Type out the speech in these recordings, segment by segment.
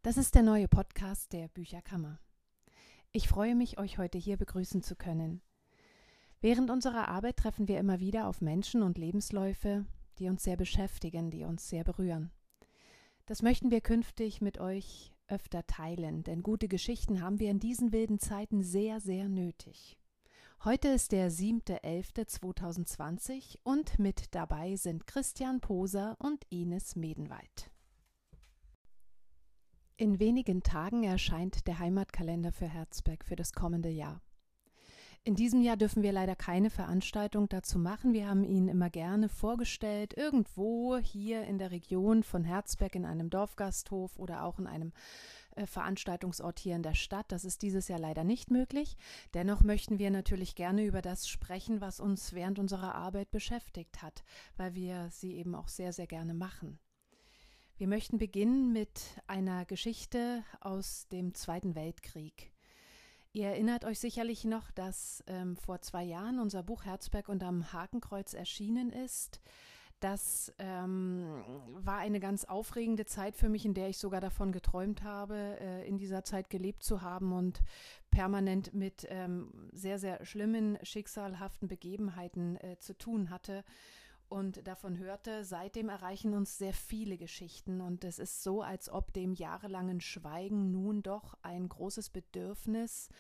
Das ist der neue Podcast der Bücherkammer. Ich freue mich, euch heute hier begrüßen zu können. Während unserer Arbeit treffen wir immer wieder auf Menschen und Lebensläufe, die uns sehr beschäftigen, die uns sehr berühren. Das möchten wir künftig mit euch öfter teilen, denn gute Geschichten haben wir in diesen wilden Zeiten sehr, sehr nötig. Heute ist der 7.11.2020 und mit dabei sind Christian Poser und Ines Medenwald. In wenigen Tagen erscheint der Heimatkalender für Herzberg für das kommende Jahr. In diesem Jahr dürfen wir leider keine Veranstaltung dazu machen. Wir haben ihn immer gerne vorgestellt, irgendwo hier in der Region von Herzberg in einem Dorfgasthof oder auch in einem Veranstaltungsort hier in der Stadt. Das ist dieses Jahr leider nicht möglich. Dennoch möchten wir natürlich gerne über das sprechen, was uns während unserer Arbeit beschäftigt hat, weil wir sie eben auch sehr, sehr gerne machen. Wir möchten beginnen mit einer Geschichte aus dem Zweiten Weltkrieg. Ihr erinnert euch sicherlich noch, dass vor 2 Jahren unser Buch Herzberg unterm Hakenkreuz erschienen ist. Das war eine ganz aufregende Zeit für mich, in der ich sogar davon geträumt habe, in dieser Zeit gelebt zu haben und permanent mit sehr, sehr schlimmen, schicksalhaften Begebenheiten zu tun hatte. Und davon hörte, seitdem erreichen uns sehr viele Geschichten und es ist so, als ob dem jahrelangen Schweigen nun doch ein großes Bedürfnis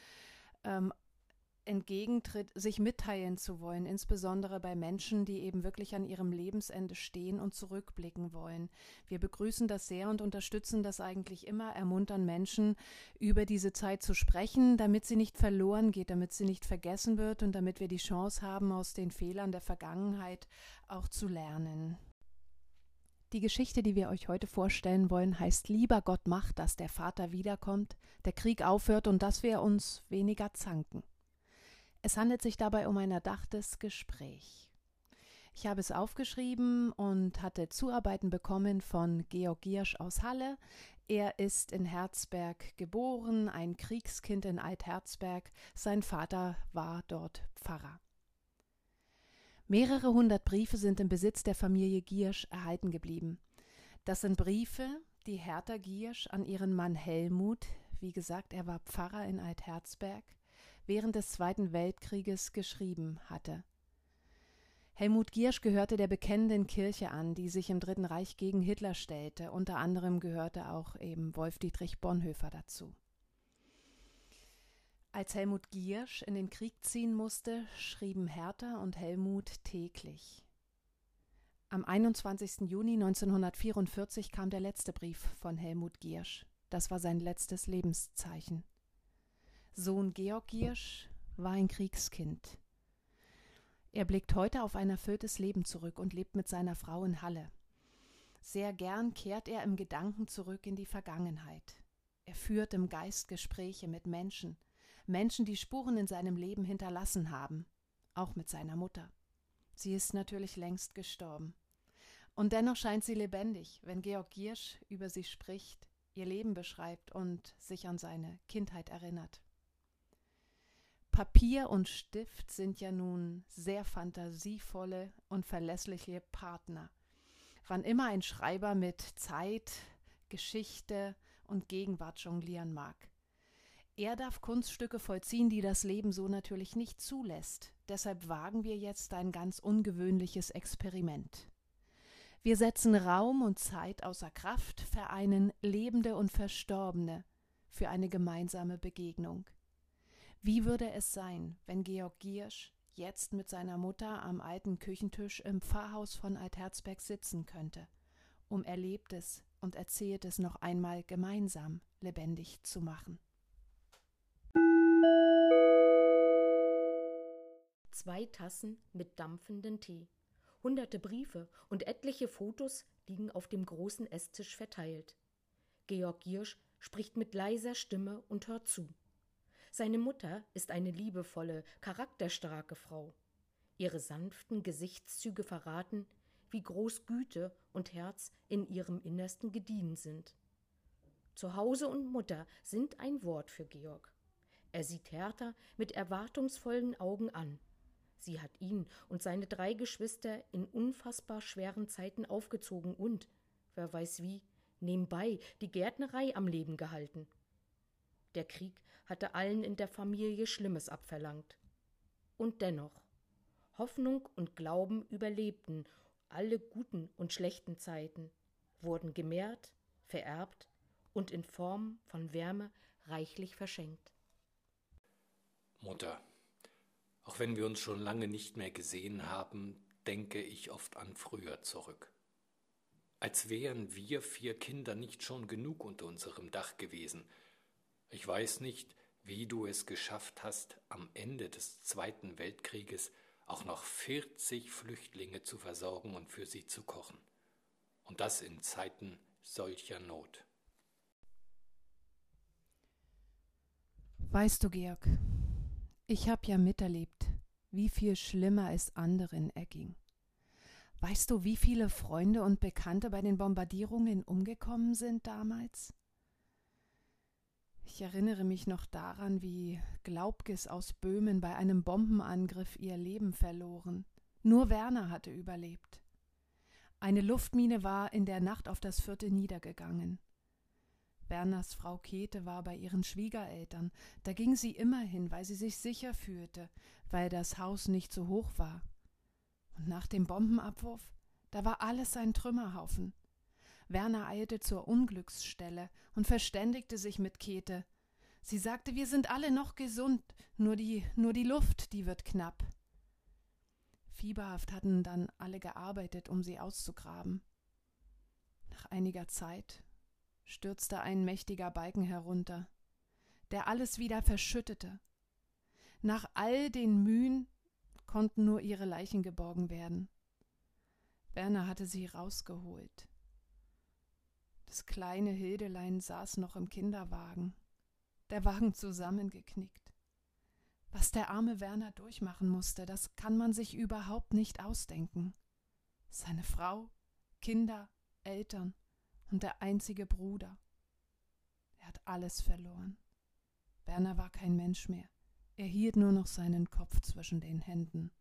entgegentritt, sich mitteilen zu wollen, insbesondere bei Menschen, die eben wirklich an ihrem Lebensende stehen und zurückblicken wollen. Wir begrüßen das sehr und unterstützen das eigentlich immer, ermuntern Menschen, über diese Zeit zu sprechen, damit sie nicht verloren geht, damit sie nicht vergessen wird und damit wir die Chance haben, aus den Fehlern der Vergangenheit auch zu lernen. Die Geschichte, die wir euch heute vorstellen wollen, heißt Lieber Gott macht, dass der Vater wiederkommt, der Krieg aufhört und dass wir uns weniger zanken. Es handelt sich dabei um ein erdachtes Gespräch. Ich habe es aufgeschrieben und hatte Zuarbeiten bekommen von Georg Giersch aus Halle. Er ist in Herzberg geboren, ein Kriegskind in Alt-Herzberg. Sein Vater war dort Pfarrer. Mehrere 100 Briefe sind im Besitz der Familie Giersch erhalten geblieben. Das sind Briefe, die Hertha Giersch an ihren Mann Helmut, wie gesagt, er war Pfarrer in Alt-Herzberg, während des Zweiten Weltkrieges geschrieben hatte. Helmut Giersch gehörte der bekennenden Kirche an, die sich im Dritten Reich gegen Hitler stellte. Unter anderem gehörte auch eben Wolf-Dietrich Bonhoeffer dazu. Als Helmut Giersch in den Krieg ziehen musste, schrieben Hertha und Helmut täglich. Am 21. Juni 1944 kam der letzte Brief von Helmut Giersch. Das war sein letztes Lebenszeichen. Sohn Georg Giersch war ein Kriegskind. Er blickt heute auf ein erfülltes Leben zurück und lebt mit seiner Frau in Halle. Sehr gern kehrt er im Gedanken zurück in die Vergangenheit. Er führt im Geist Gespräche mit Menschen, die Spuren in seinem Leben hinterlassen haben, auch mit seiner Mutter. Sie ist natürlich längst gestorben. Und dennoch scheint sie lebendig, wenn Georg Giersch über sie spricht, ihr Leben beschreibt und sich an seine Kindheit erinnert. Papier und Stift sind ja nun sehr fantasievolle und verlässliche Partner. Wann immer ein Schreiber mit Zeit, Geschichte und Gegenwart jonglieren mag. Er darf Kunststücke vollziehen, die das Leben so natürlich nicht zulässt. Deshalb wagen wir jetzt ein ganz ungewöhnliches Experiment. Wir setzen Raum und Zeit außer Kraft, vereinen Lebende und Verstorbene für eine gemeinsame Begegnung. Wie würde es sein, wenn Georg Giersch jetzt mit seiner Mutter am alten Küchentisch im Pfarrhaus von Alt-Herzberg sitzen könnte, um Erlebtes und Erzähltes noch einmal gemeinsam lebendig zu machen? 2 Tassen mit dampfendem Tee, hunderte Briefe und etliche Fotos liegen auf dem großen Esstisch verteilt. Georg Giersch spricht mit leiser Stimme und hört zu. Seine Mutter ist eine liebevolle, charakterstarke Frau. Ihre sanften Gesichtszüge verraten, wie groß Güte und Herz in ihrem Innersten gediehen sind. Zuhause und Mutter sind ein Wort für Georg. Er sieht Hertha mit erwartungsvollen Augen an. Sie hat ihn und seine 3 Geschwister in unfassbar schweren Zeiten aufgezogen und, wer weiß wie, nebenbei die Gärtnerei am Leben gehalten. Der Krieg hatte allen in der Familie Schlimmes abverlangt. Und dennoch, Hoffnung und Glauben überlebten alle guten und schlechten Zeiten, wurden gemehrt, vererbt und in Form von Wärme reichlich verschenkt. Mutter, auch wenn wir uns schon lange nicht mehr gesehen haben, denke ich oft an früher zurück. Als wären wir 4 Kinder nicht schon genug unter unserem Dach gewesen. Ich weiß nicht, wie du es geschafft hast, am Ende des Zweiten Weltkrieges auch noch 40 Flüchtlinge zu versorgen und für sie zu kochen. Und das in Zeiten solcher Not. Weißt du, Georg, ich habe ja miterlebt, wie viel schlimmer es anderen erging. Weißt du, wie viele Freunde und Bekannte bei den Bombardierungen umgekommen sind damals? Ich erinnere mich noch daran, wie Glaubkes aus Böhmen bei einem Bombenangriff ihr Leben verloren. Nur Werner hatte überlebt. Eine Luftmine war in der Nacht auf das Viertel niedergegangen. Werners Frau Käthe war bei ihren Schwiegereltern. Da ging sie immer hin, weil sie sich sicher fühlte, weil das Haus nicht so hoch war. Und nach dem Bombenabwurf, da war alles ein Trümmerhaufen. Werner eilte zur Unglücksstelle und verständigte sich mit Käthe. Sie sagte, wir sind alle noch gesund, nur die Luft, die wird knapp. Fieberhaft hatten dann alle gearbeitet, um sie auszugraben. Nach einiger Zeit stürzte ein mächtiger Balken herunter, der alles wieder verschüttete. Nach all den Mühen konnten nur ihre Leichen geborgen werden. Werner hatte sie rausgeholt. Das kleine Hildelein saß noch im Kinderwagen, der Wagen zusammengeknickt. Was der arme Werner durchmachen musste, das kann man sich überhaupt nicht ausdenken. Seine Frau, Kinder, Eltern und der einzige Bruder. Er hat alles verloren. Werner war kein Mensch mehr. Er hielt nur noch seinen Kopf zwischen den Händen.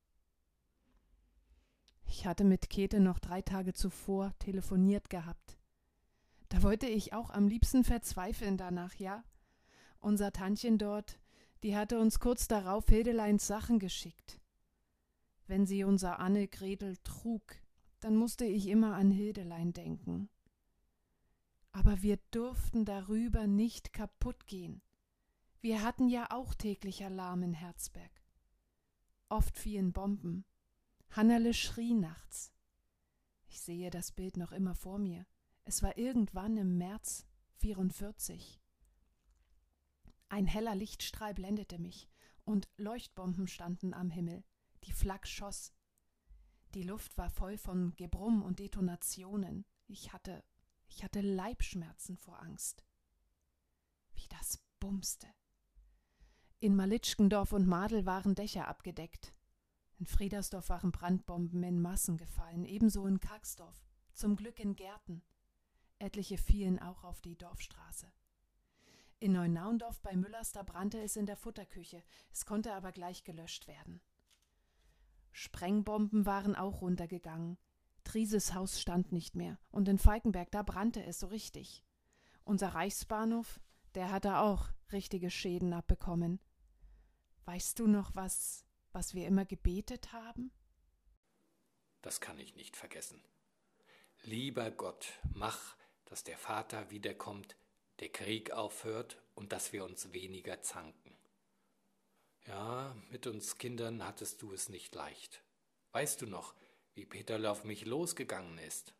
Ich hatte mit Käthe noch 3 Tage zuvor telefoniert gehabt. Da wollte ich auch am liebsten verzweifeln danach, ja. Unser Tantchen dort, die hatte uns kurz darauf Hildeleins Sachen geschickt. Wenn sie unser Anne-Gretel trug, dann musste ich immer an Hildelein denken. Aber wir durften darüber nicht kaputt gehen. Wir hatten ja auch täglich Alarm in Herzberg. Oft fielen Bomben. Hannerle schrie nachts. Ich sehe das Bild noch immer vor mir. Es war irgendwann im März 1944. Ein heller Lichtstrahl blendete mich und Leuchtbomben standen am Himmel. Die Flak schoss. Die Luft war voll von Gebrumm und Detonationen. Ich hatte Leibschmerzen vor Angst. Wie das bumste. In Malitschkendorf und Madel waren Dächer abgedeckt. In Friedersdorf waren Brandbomben in Massen gefallen, ebenso in Kagsdorf, zum Glück in Gärten. Etliche fielen auch auf die Dorfstraße. In Neunaundorf bei Müllers, da brannte es in der Futterküche, es konnte aber gleich gelöscht werden. Sprengbomben waren auch runtergegangen. Trieses Haus stand nicht mehr, und in Falkenberg, da brannte es so richtig. Unser Reichsbahnhof, der hatte auch richtige Schäden abbekommen. Weißt du noch, was wir immer gebetet haben? Das kann ich nicht vergessen. Lieber Gott, mach, dass der Vater wiederkommt, der Krieg aufhört und dass wir uns weniger zanken. Ja, mit uns Kindern hattest du es nicht leicht. Weißt du noch, wie Peterle auf mich losgegangen ist?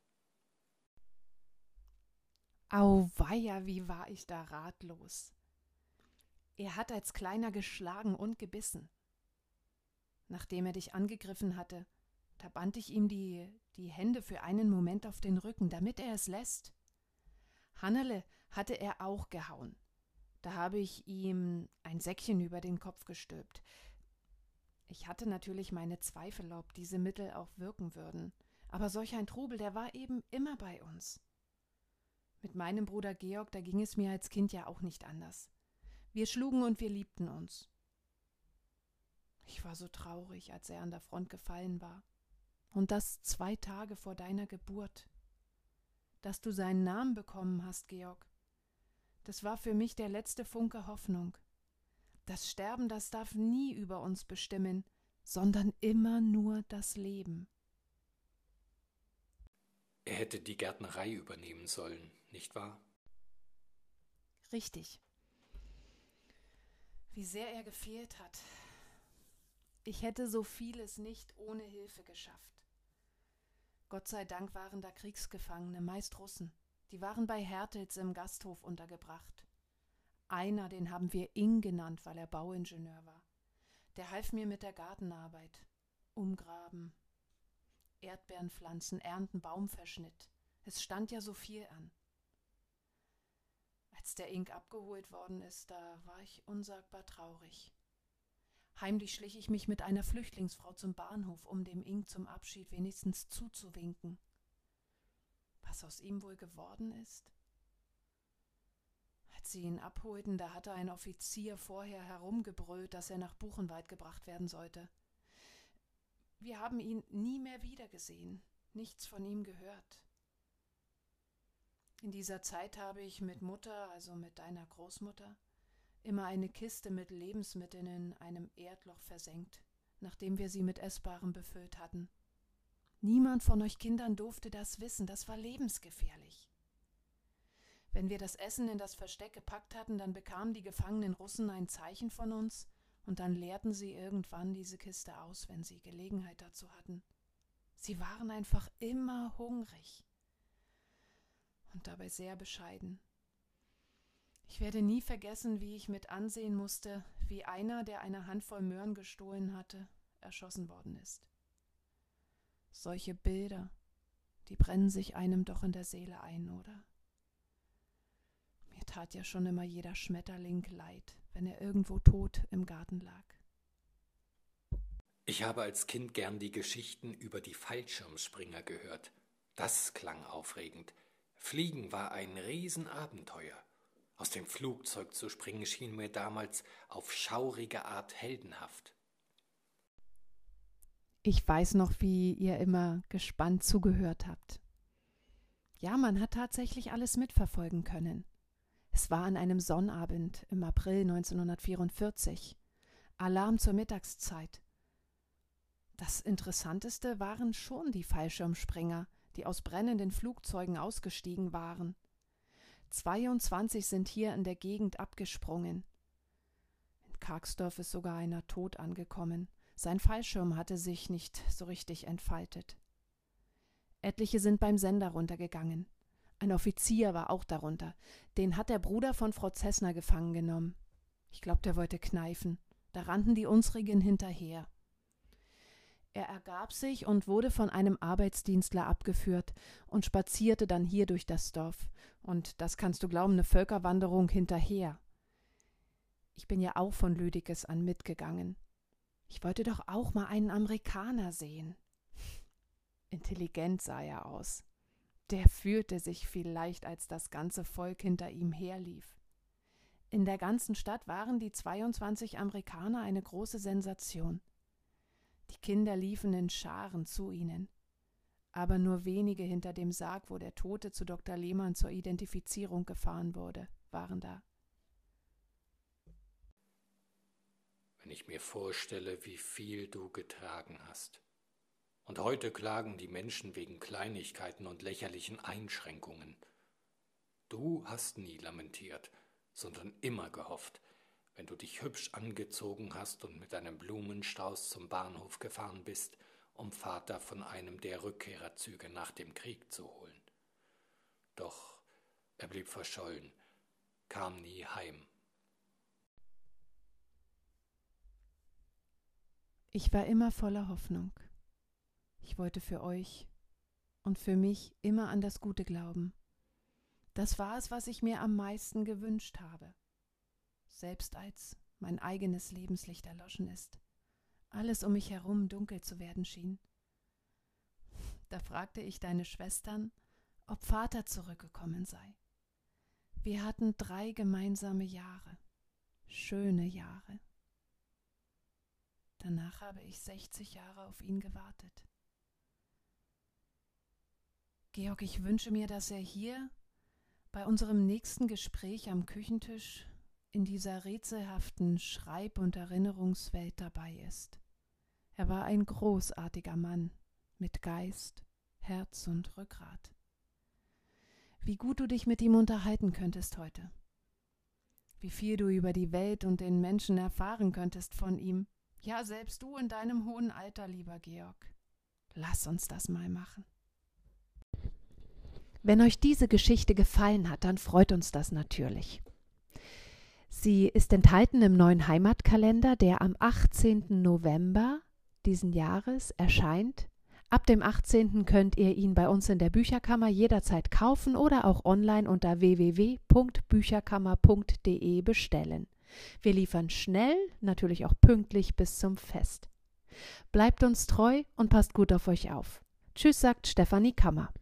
Auweia, wie war ich da ratlos. Er hat als Kleiner geschlagen und gebissen. Nachdem er dich angegriffen hatte, da band ich ihm die Hände für einen Moment auf den Rücken, damit er es lässt. Hannerle hatte er auch gehauen. Da habe ich ihm ein Säckchen über den Kopf gestülpt. Ich hatte natürlich meine Zweifel, ob diese Mittel auch wirken würden. Aber solch ein Trubel, der war eben immer bei uns. Mit meinem Bruder Georg, da ging es mir als Kind ja auch nicht anders. Wir schlugen und wir liebten uns. Ich war so traurig, als er an der Front gefallen war. Und das 2 Tage vor deiner Geburt. dass du seinen Namen bekommen hast, Georg. Das war für mich der letzte Funke Hoffnung. Das Sterben, das darf nie über uns bestimmen, sondern immer nur das Leben. Er hätte die Gärtnerei übernehmen sollen, nicht wahr? Richtig. Wie sehr er gefehlt hat. Ich hätte so vieles nicht ohne Hilfe geschafft. Gott sei Dank waren da Kriegsgefangene, meist Russen. Die waren bei Hertels im Gasthof untergebracht. Einer, den haben wir Ing genannt, weil er Bauingenieur war. Der half mir mit der Gartenarbeit. Umgraben, Erdbeeren pflanzen, ernten, Baumverschnitt. Es stand ja so viel an. Als der Ing abgeholt worden ist, da war ich unsagbar traurig. Heimlich schlich ich mich mit einer Flüchtlingsfrau zum Bahnhof, um dem Ing zum Abschied wenigstens zuzuwinken. Was aus ihm wohl geworden ist? Als sie ihn abholten, da hatte ein Offizier vorher herumgebrüllt, dass er nach Buchenwald gebracht werden sollte. Wir haben ihn nie mehr wiedergesehen, nichts von ihm gehört. In dieser Zeit habe ich mit Mutter, also mit deiner Großmutter, immer eine Kiste mit Lebensmitteln in einem Erdloch versenkt, nachdem wir sie mit Essbarem befüllt hatten. Niemand von euch Kindern durfte das wissen, das war lebensgefährlich. Wenn wir das Essen in das Versteck gepackt hatten, dann bekamen die gefangenen Russen ein Zeichen von uns und dann leerten sie irgendwann diese Kiste aus, wenn sie Gelegenheit dazu hatten. Sie waren einfach immer hungrig und dabei sehr bescheiden. Ich werde nie vergessen, wie ich mit ansehen musste, wie einer, der eine Handvoll Möhren gestohlen hatte, erschossen worden ist. Solche Bilder, die brennen sich einem doch in der Seele ein, oder? Mir tat ja schon immer jeder Schmetterling leid, wenn er irgendwo tot im Garten lag. Ich habe als Kind gern die Geschichten über die Fallschirmspringer gehört. Das klang aufregend. Fliegen war ein Riesenabenteuer. Aus dem Flugzeug zu springen schien mir damals auf schaurige Art heldenhaft. Ich weiß noch, wie ihr immer gespannt zugehört habt. Ja, man hat tatsächlich alles mitverfolgen können. Es war an einem Sonnabend im April 1944. Alarm zur Mittagszeit. Das Interessanteste waren schon die Fallschirmspringer, die aus brennenden Flugzeugen ausgestiegen waren. 22 sind hier in der Gegend abgesprungen. In Karksdorf ist sogar einer tot angekommen. Sein Fallschirm hatte sich nicht so richtig entfaltet. Etliche sind beim Sender runtergegangen. Ein Offizier war auch darunter. Den hat der Bruder von Frau Zessner gefangen genommen. Ich glaube, der wollte kneifen. Da rannten die unsrigen hinterher. Er ergab sich und wurde von einem Arbeitsdienstler abgeführt und spazierte dann hier durch das Dorf. Und das kannst du glauben, eine Völkerwanderung hinterher. Ich bin ja auch von Lüdekes an mitgegangen. Ich wollte doch auch mal einen Amerikaner sehen. Intelligent sah er aus. Der fühlte sich vielleicht, als das ganze Volk hinter ihm herlief. In der ganzen Stadt waren die 22 Amerikaner eine große Sensation. Die Kinder liefen in Scharen zu ihnen. Aber nur wenige hinter dem Sarg, wo der Tote zu Dr. Lehmann zur Identifizierung gefahren wurde, waren da. Wenn ich mir vorstelle, wie viel du getragen hast. Und heute klagen die Menschen wegen Kleinigkeiten und lächerlichen Einschränkungen. Du hast nie lamentiert, sondern immer gehofft, wenn du dich hübsch angezogen hast und mit einem Blumenstrauß zum Bahnhof gefahren bist, um Vater von einem der Rückkehrerzüge nach dem Krieg zu holen. Doch er blieb verschollen, kam nie heim. Ich war immer voller Hoffnung. Ich wollte für euch und für mich immer an das Gute glauben. Das war es, was ich mir am meisten gewünscht habe. Selbst als mein eigenes Lebenslicht erloschen ist, alles um mich herum dunkel zu werden schien. Da fragte ich deine Schwestern, ob Vater zurückgekommen sei. Wir hatten 3 gemeinsame Jahre, schöne Jahre. Danach habe ich 60 Jahre auf ihn gewartet. Georg, ich wünsche mir, dass er hier bei unserem nächsten Gespräch am Küchentisch in dieser rätselhaften Schreib- und Erinnerungswelt dabei ist. Er war ein großartiger Mann mit Geist, Herz und Rückgrat. Wie gut du dich mit ihm unterhalten könntest heute. Wie viel du über die Welt und den Menschen erfahren könntest von ihm. Ja, selbst du in deinem hohen Alter, lieber Georg. Lass uns das mal machen. Wenn euch diese Geschichte gefallen hat, dann freut uns das natürlich. Sie ist enthalten im neuen Heimatkalender, der am 18. November diesen Jahres erscheint. Ab dem 18. könnt ihr ihn bei uns in der Bücherkammer jederzeit kaufen oder auch online unter www.bücherkammer.de bestellen. Wir liefern schnell, natürlich auch pünktlich bis zum Fest. Bleibt uns treu und passt gut auf euch auf. Tschüss, sagt Stefanie Kammer.